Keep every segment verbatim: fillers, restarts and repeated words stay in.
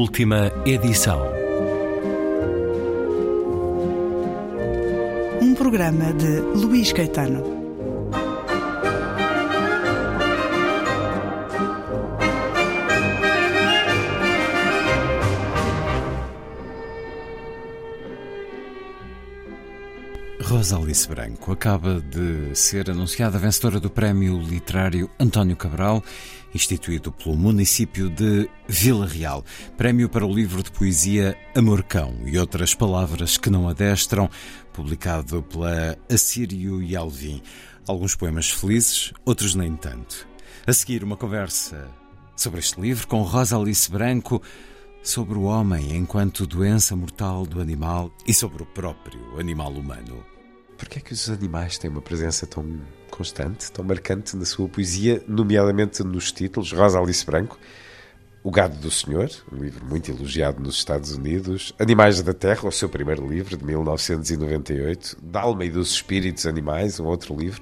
Última edição. Um programa de Luís Caetano. Rosa Alice Branco acaba de ser anunciada vencedora do Prémio Literário António Cabral, instituído pelo município de Vila Real. Prémio para o livro de poesia Amorcão e Outras Palavras que Não Adestram, publicado pela Assírio e Alvim. Alguns poemas felizes, outros nem tanto. A seguir, uma conversa sobre este livro com Rosa Alice Branco, sobre o homem enquanto doença mortal do animal e sobre o próprio animal humano. Porquê é que os animais têm uma presença tão constante, tão marcante na sua poesia, nomeadamente nos títulos? Rosa Alice Branco, O Gado do Senhor, um livro muito elogiado nos Estados Unidos. Animais da Terra, o seu primeiro livro, de mil novecentos e noventa e oito. Da Alma e dos Espíritos Animais, um outro livro.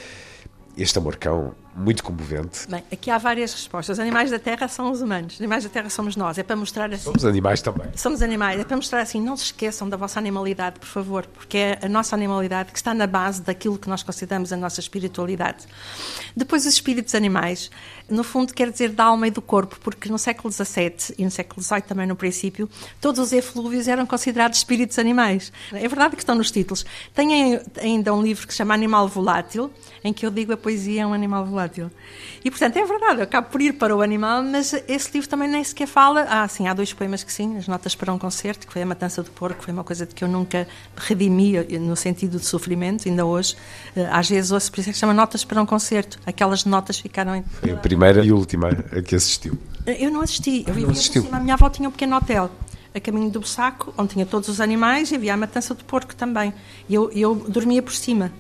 Este Amorcão, muito comovente. Bem, aqui há várias respostas. Os animais da Terra são os humanos. Os animais da Terra somos nós. É para mostrar assim... Somos animais também. Somos animais. É para mostrar assim, não se esqueçam da vossa animalidade, por favor, porque é a nossa animalidade que está na base daquilo que nós consideramos a nossa espiritualidade. Depois, os espíritos animais, no fundo, quer dizer da alma e do corpo, porque no século dezassete e no século dezoito também no princípio, todos os eflúvios eram considerados espíritos animais. É verdade que estão nos títulos. Tem ainda um livro que se chama Animal Volátil, em que eu digo a poesia é um animal volátil. E, portanto, é verdade, eu acabo por ir para o animal, mas esse livro também nem sequer fala... Ah, sim, há dois poemas que sim, As Notas para um Concerto, que foi A Matança do Porco, que foi uma coisa de que eu nunca redimi no sentido de sofrimento, ainda hoje. Às vezes ouço, por isso é que se chama Notas para um Concerto. Aquelas notas ficaram... Em... Foi a primeira e última a que assistiu. Eu não assisti, eu ah, vivia assistiu. por cima. A minha avó tinha um pequeno hotel a caminho do Bussaco, onde tinha todos os animais, e havia A Matança do Porco também. E eu, eu dormia por cima.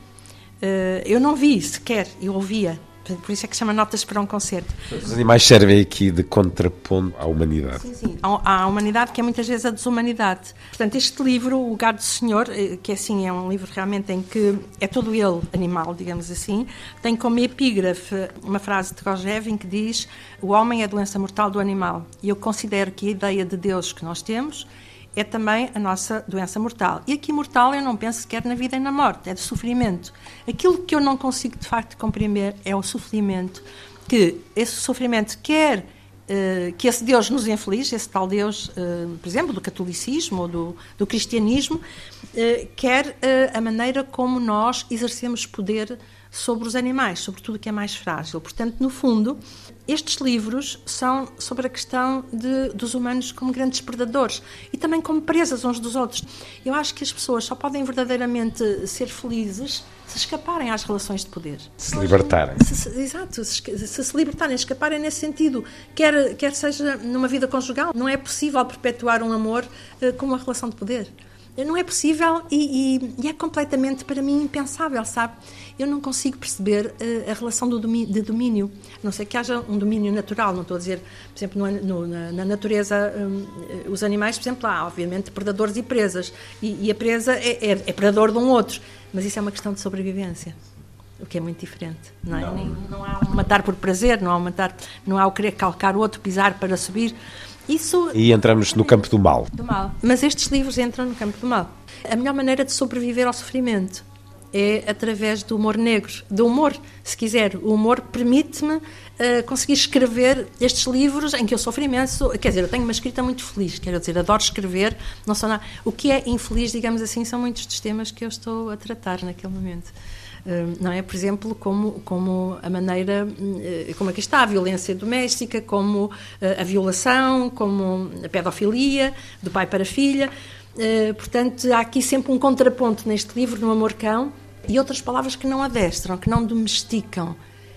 Eu não vi sequer, eu ouvia. Por isso é que se chama Notas para um Concerto. Os animais servem aqui de contraponto à humanidade. Sim, sim. À humanidade, que é muitas vezes a desumanidade. Portanto, este livro, O Gado do Senhor, que assim é um livro realmente em que é todo ele animal, digamos assim, tem como epígrafe uma frase de Kojève que diz: o homem é a doença mortal do animal. E eu considero que a ideia de Deus que nós temos é também a nossa doença mortal. E aqui mortal eu não penso sequer na vida e na morte, é de sofrimento. Aquilo que eu não consigo de facto compreender é o sofrimento, que esse sofrimento quer uh, que esse Deus nos inflige, esse tal Deus, uh, por exemplo, do catolicismo ou do, do cristianismo, uh, quer uh, a maneira como nós exercemos poder sobre os animais, sobre tudo o que é mais frágil. Portanto, no fundo, estes livros são sobre a questão de, dos humanos como grandes predadores e também como presas uns dos outros. Eu acho que as pessoas só podem verdadeiramente ser felizes se escaparem às relações de poder. Se libertarem. Se, se, exato, se, se se libertarem, escaparem nesse sentido. Quer, quer seja numa vida conjugal, não é possível perpetuar um amor uh, com uma relação de poder. Não é possível e, e, e é completamente, para mim, impensável, sabe? Eu não consigo perceber uh, a relação do domínio, de domínio, a não ser que haja um domínio natural. Não estou a dizer, por exemplo, no, no, na, na natureza, um, os animais, por exemplo, há, obviamente, predadores e presas. E, e a presa é, é, é predador de um outro. Mas isso é uma questão de sobrevivência, o que é muito diferente. Não, é? Não. Nem, não há um matar por prazer, não há um matar, não há o querer calcar o outro, pisar para subir. Isso, e entramos no campo do mal. do mal. Mas estes livros entram no campo do mal. A melhor maneira de sobreviver ao sofrimento é através do humor negro, do humor, se quiser. O humor permite-me uh, conseguir escrever estes livros em que eu sofro imenso. Quer dizer, eu tenho uma escrita muito feliz, quero dizer, adoro escrever. Não sou nada. O que é infeliz, digamos assim, são muitos dos temas que eu estou a tratar naquele momento. Uh, não é? Por exemplo, como, como a maneira, uh, como aqui está, a violência doméstica, como uh, a violação, como a pedofilia, do pai para a filha. Uh, portanto, há aqui sempre um contraponto neste livro, no Amorcão, e outras palavras que não adestram, que não domesticam.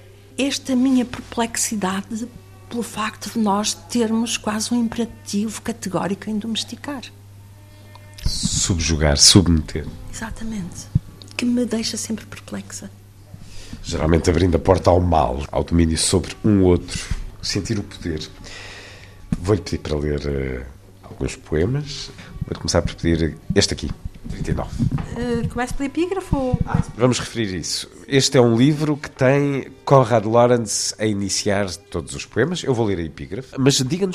Esta minha perplexidade pelo facto de nós termos quase um imperativo categórico em domesticar. Subjugar, submeter. Exatamente. Que me deixa sempre perplexa. Geralmente abrindo a porta ao mal, ao domínio sobre um outro, sentir o poder. Vou-lhe pedir para ler uh, alguns poemas. Vou começar por pedir este aqui, trinta e nove. Uh, começo pelo epígrafo ou... Ah, vamos referir isso. Este é um livro que tem Conrad Lorenz a iniciar todos os poemas. Eu vou ler a epígrafe, mas diga-nos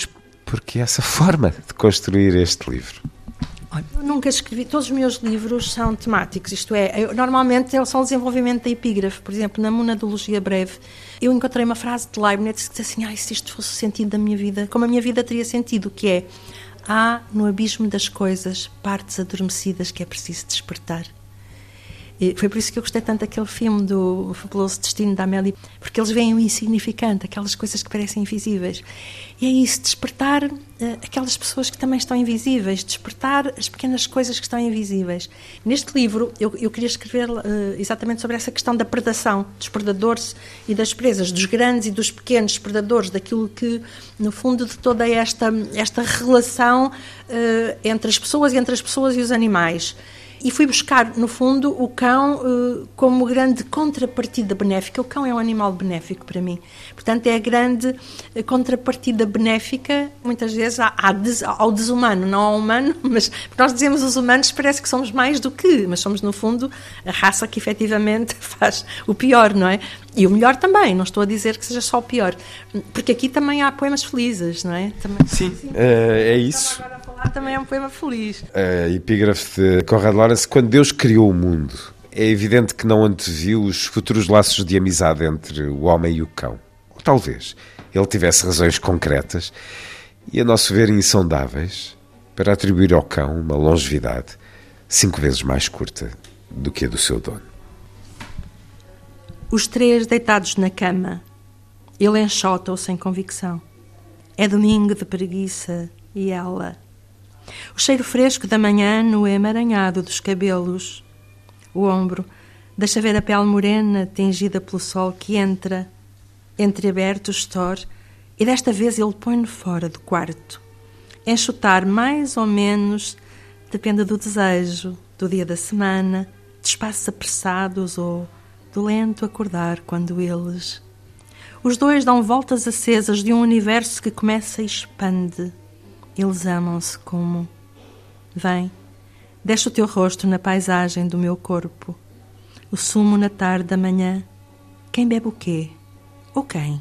Porque essa forma de construir este livro. Olha, eu nunca escrevi, todos os meus livros são temáticos, isto é, eu, normalmente eles são o desenvolvimento da epígrafe. Por exemplo, na Monadologia Breve, eu encontrei uma frase de Leibniz que diz assim: ah, se isto fosse o sentido da minha vida, como a minha vida teria sentido, que é: há no abismo das coisas partes adormecidas que é preciso despertar. E foi por isso que eu gostei tanto daquele filme do Fabuloso Destino da Amélie, porque eles veem o insignificante, aquelas coisas que parecem invisíveis. E é isso, despertar uh, aquelas pessoas que também estão invisíveis, despertar as pequenas coisas que estão invisíveis. Neste livro, eu, eu queria escrever uh, exatamente sobre essa questão da predação, dos predadores e das presas, dos grandes e dos pequenos predadores, daquilo que, no fundo, de toda esta, esta relação uh, entre as pessoas e entre as pessoas e os animais. E fui buscar, no fundo, o cão uh, como grande contrapartida benéfica. O cão é um animal benéfico para mim. Portanto, é a grande uh, contrapartida benéfica, muitas vezes, à, à des, ao desumano, não ao humano, mas nós dizemos os humanos, parece que somos mais do que, mas somos, no fundo, a raça que efetivamente faz o pior, não é? E o melhor também, não estou a dizer que seja só o pior. Porque aqui também há poemas felizes, não é? Também, sim, sim. Uh, é isso. Também é um poema feliz. A epígrafe de Konrad Lorenz: quando Deus criou o mundo, é evidente que não anteviu os futuros laços de amizade entre o homem e o cão. Ou talvez ele tivesse razões concretas e, a nosso ver, insondáveis, para atribuir ao cão uma longevidade cinco vezes mais curta do que a do seu dono. Os três deitados na cama, ele enxota-o sem convicção. É domingo de preguiça e ela... O cheiro fresco da manhã no emaranhado dos cabelos. O ombro deixa ver a pele morena tingida pelo sol que entra, entreaberto o store, e desta vez ele põe-no fora do quarto. Enxotar mais ou menos depende do desejo, do dia da semana, de espaços apressados ou do lento acordar quando eles... Os dois dão voltas acesas de um universo que começa e expande. Eles amam-se como... Vem, deixa o teu rosto na paisagem do meu corpo. O sumo na tarde da manhã. Quem bebe o quê? Ou quem?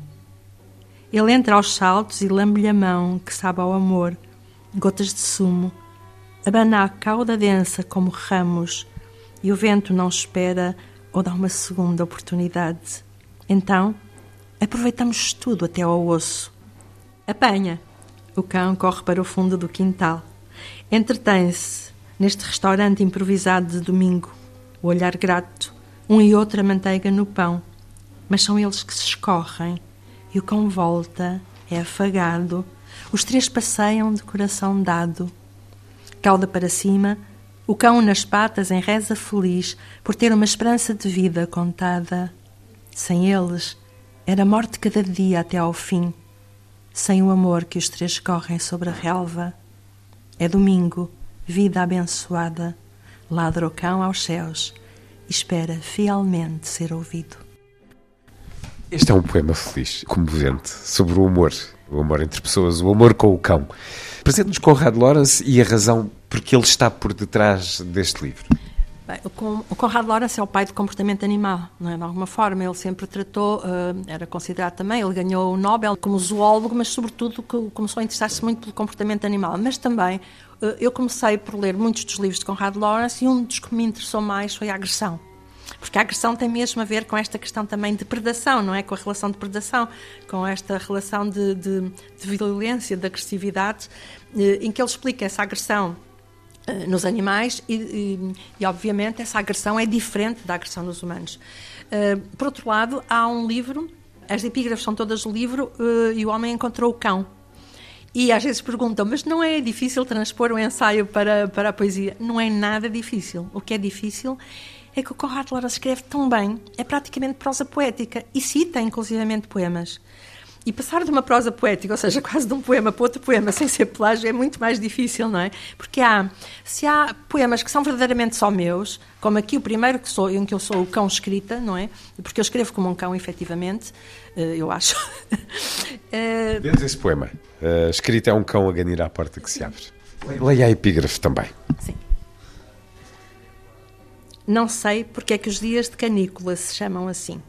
Ele entra aos saltos e lambe-lhe a mão, que sabe ao amor. Gotas de sumo. Abana a cauda densa como ramos. E o vento não espera ou dá uma segunda oportunidade. Então, aproveitamos tudo até ao osso. Apanha. O cão corre para o fundo do quintal. Entretém-se neste restaurante improvisado de domingo. O olhar grato, um e outro a manteiga no pão. Mas são eles que se escorrem. E o cão volta, é afagado. Os três passeiam de coração dado. Cauda para cima, o cão nas patas em reza feliz por ter uma esperança de vida contada. Sem eles, era morte cada dia até ao fim. Sem o amor que os três correm sobre a relva. É domingo, vida abençoada. Ladra o cão aos céus e espera fielmente ser ouvido. Este é um poema feliz, comovente, sobre o amor. O amor entre pessoas, o amor com o cão. Apresente-nos Konrad Lorenz e a razão por que ele está por detrás deste livro. Bem, o Konrad Lorenz é o pai do comportamento animal, não é? De alguma forma, ele sempre tratou, uh, era considerado também, ele ganhou o Nobel como zoólogo, mas sobretudo começou a interessar-se muito pelo comportamento animal. Mas também, uh, eu comecei por ler muitos dos livros de Konrad Lorenz e um dos que me interessou mais foi a agressão. Porque a agressão tem mesmo a ver com esta questão também de predação, não é? Com a relação de predação, com esta relação de, de, de violência, de agressividade, uh, em que ele explica essa agressão nos animais e, e, e, obviamente, essa agressão é diferente da agressão nos humanos. Uh, por outro lado, há um livro, as epígrafes são todas do livro, uh, e o homem encontrou o cão. E às vezes perguntam, mas não é difícil transpor um ensaio para, para a poesia? Não é nada difícil. O que é difícil é que o Konrad Lorenz escreve tão bem, é praticamente prosa poética, e cita inclusivamente poemas. E passar de uma prosa poética, ou seja, quase de um poema para outro poema, sem ser plágio, é muito mais difícil, não é? Porque há, se há poemas que são verdadeiramente só meus, como aqui o primeiro que sou, em que eu sou o cão escrita, não é? Porque eu escrevo como um cão, efetivamente, eu acho. Vemos esse poema. A escrita é um cão a ganir à porta que se abre. Leia a epígrafe também. Sim. Não sei porque é que os dias de canícula se chamam assim.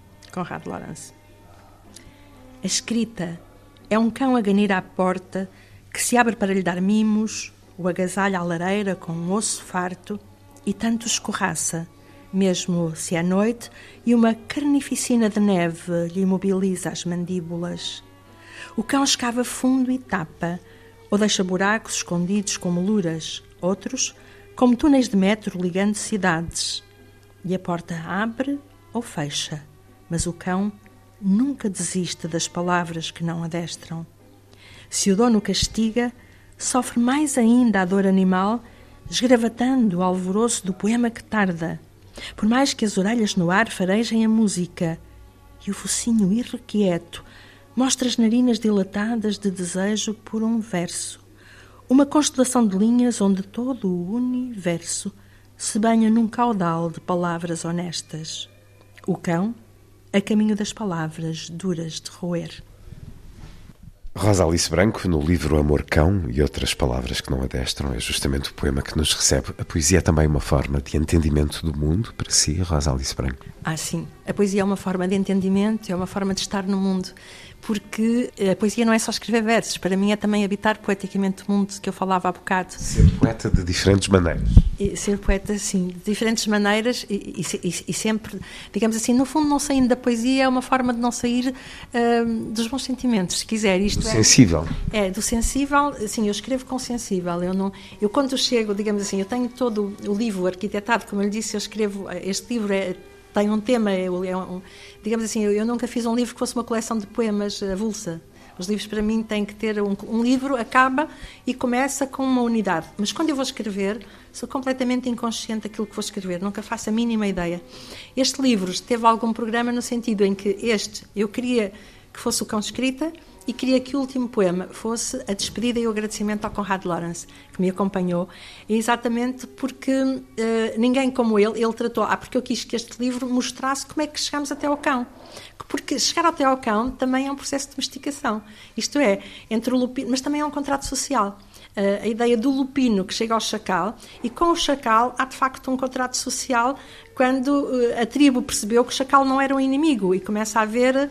Konrad Lorenz. A escrita é um cão a ganir à porta que se abre para lhe dar mimos, o agasalha à lareira com um osso farto e tanto escorraça, mesmo se é noite e uma carnificina de neve lhe imobiliza as mandíbulas. O cão escava fundo e tapa, ou deixa buracos escondidos como luras, outros como túneis de metro ligando cidades. E a porta abre ou fecha, mas o cão nunca desiste das palavras que não adestram. Se o dono castiga, sofre mais ainda a dor animal, esgravatando o alvoroço do poema que tarda, por mais que as orelhas no ar farejem a música, e o focinho irrequieto mostra as narinas dilatadas de desejo por um verso, uma constelação de linhas onde todo o universo se banha num caudal de palavras honestas. O cão, a caminho das palavras duras de roer. Rosa Alice Branco, no livro Amor Cão e Outras Palavras que Não Adestram, é justamente o poema que nos recebe. A poesia é também uma forma de entendimento do mundo para si, Rosa Alice Branco? Ah, sim. A poesia é uma forma de entendimento, é uma forma de estar no mundo, porque a poesia não é só escrever versos, para mim é também habitar poeticamente o mundo que eu falava há bocado. Ser poeta de diferentes maneiras. E ser poeta, sim, de diferentes maneiras e, e, e sempre, digamos assim, no fundo não saindo da poesia é uma forma de não sair uh, dos bons sentimentos, se quiser. Isto do é, sensível. É, do sensível, sim, eu escrevo com sensível. Eu, não, eu quando chego, digamos assim, eu tenho todo o livro arquitetado, como eu lhe disse, eu escrevo, este livro é... tem um tema, é um, digamos assim, eu, eu nunca fiz um livro que fosse uma coleção de poemas avulsa. Os livros para mim têm que ter, um, um livro acaba e começa com uma unidade. Mas quando eu vou escrever, sou completamente inconsciente daquilo que vou escrever, nunca faço a mínima ideia. Este livro teve algum programa no sentido em que este, eu queria que fosse o Cão de Escrita, e queria que o último poema fosse a despedida e o agradecimento ao Conrad Lorenz, que me acompanhou, exatamente porque uh, ninguém como ele, ele tratou, ah, porque eu quis que este livro mostrasse como é que chegamos até ao cão. Porque chegar até ao cão também é um processo de domesticação. Isto é, entre o lupino, mas também é um contrato social. Uh, a ideia do lupino que chega ao chacal, e com o chacal há de facto um contrato social quando uh, a tribo percebeu que o chacal não era um inimigo e começa a haver uh,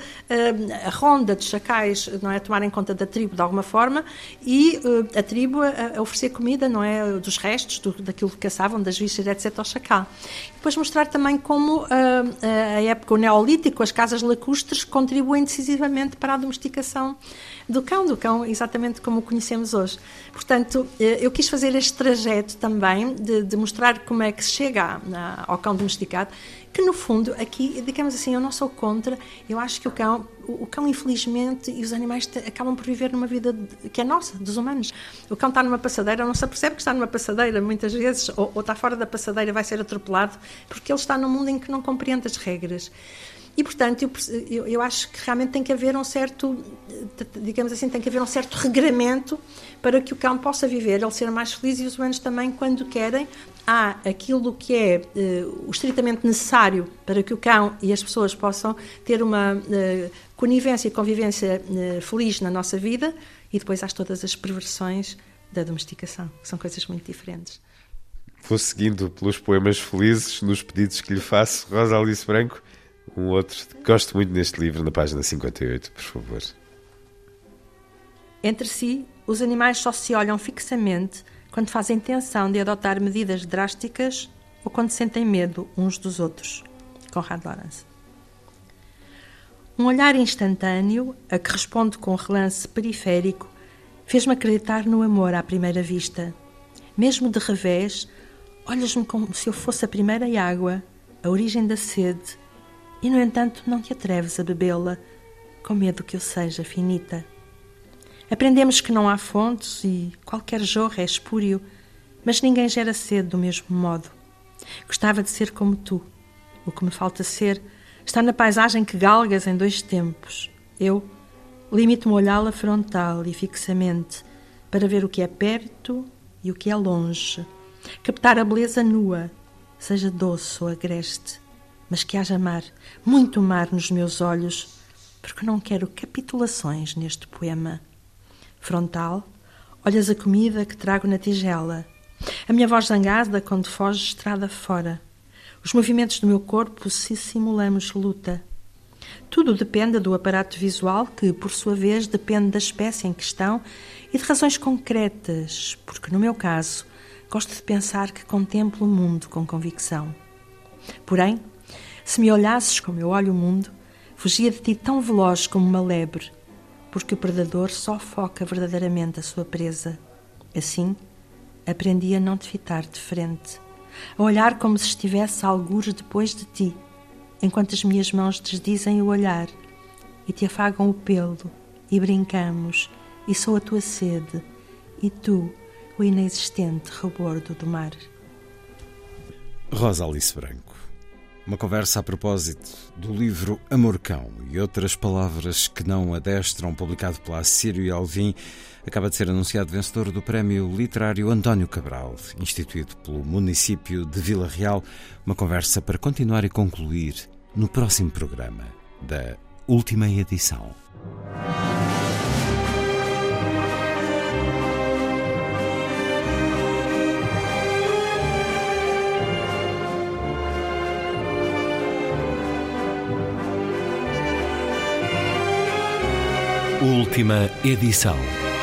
a ronda de chacais, não é, a tomarem conta da tribo de alguma forma e uh, a tribo a, a oferecer comida, não é, dos restos, do, daquilo que caçavam, das vísceras, etcétera, ao chacal. E depois mostrar também como uh, a época, o neolítico, as casas lacustres contribuem decisivamente para a domesticação do cão, do cão exatamente como o conhecemos hoje. Portanto, eu quis fazer este trajeto também de, de mostrar como é que se chega a, ao cão domesticado, que no fundo aqui, digamos assim, eu não sou contra, eu acho que o cão, o cão infelizmente e os animais te, acabam por viver numa vida de, que é nossa, dos humanos. O cão está numa passadeira, não se apercebe que está numa passadeira muitas vezes, ou, ou está fora da passadeira, vai ser atropelado, porque ele está num mundo em que não compreende as regras. E, portanto, eu, eu, eu acho que realmente tem que haver um certo, digamos assim, tem que haver um certo regramento para que o cão possa viver, ele ser mais feliz e os humanos também, quando querem, há aquilo que é uh, o estritamente necessário para que o cão e as pessoas possam ter uma uh, conivência e convivência uh, feliz na nossa vida, e depois há todas as perversões da domesticação, que são coisas muito diferentes. Vou seguindo pelos poemas felizes, nos pedidos que lhe faço, Rosa Alice Branco. Um outro que gosto muito neste livro, na página cinquenta e oito, por favor. Entre si, os animais só se olham fixamente quando fazem intenção de adotar medidas drásticas ou quando sentem medo uns dos outros. Conrad Lorenz. Um olhar instantâneo, a que responde com um relance periférico, fez-me acreditar no amor à primeira vista. Mesmo de revés, olhas-me como se eu fosse a primeira água, a origem da sede, e, no entanto, não te atreves a bebê-la, com medo que eu seja finita. Aprendemos que não há fontes e qualquer jorro é espúrio, mas ninguém gera sede do mesmo modo. Gostava de ser como tu. O que me falta ser está na paisagem que galgas em dois tempos. Eu limito-me a olhá-la frontal e fixamente, para ver o que é perto e o que é longe. Captar a beleza nua, seja doce ou agreste. Mas que haja mar, muito mar nos meus olhos, porque não quero capitulações neste poema. Frontal, olhas a comida que trago na tigela, a minha voz zangada quando foge estrada fora, os movimentos do meu corpo se simulamos luta. Tudo depende do aparato visual, que, por sua vez, depende da espécie em questão e de razões concretas, porque, no meu caso, gosto de pensar que contemplo o mundo com convicção. Porém, se me olhasses como eu olho o mundo, fugia de ti tão veloz como uma lebre, porque o predador só foca verdadeiramente a sua presa. Assim, aprendi a não te fitar de frente, a olhar como se estivesse algures depois de ti, enquanto as minhas mãos desdizem o olhar e te afagam o pelo, e brincamos, e sou a tua sede, e tu, o inexistente rebordo do mar. Rosa Alice Branco. Uma conversa a propósito do livro Amorcão e outras palavras que não adestram, publicado pela Assírio e Alvim, acaba de ser anunciado vencedor do Prémio Literário António Cabral, instituído pelo município de Vila Real. Uma conversa para continuar e concluir no próximo programa da última edição. Última edição.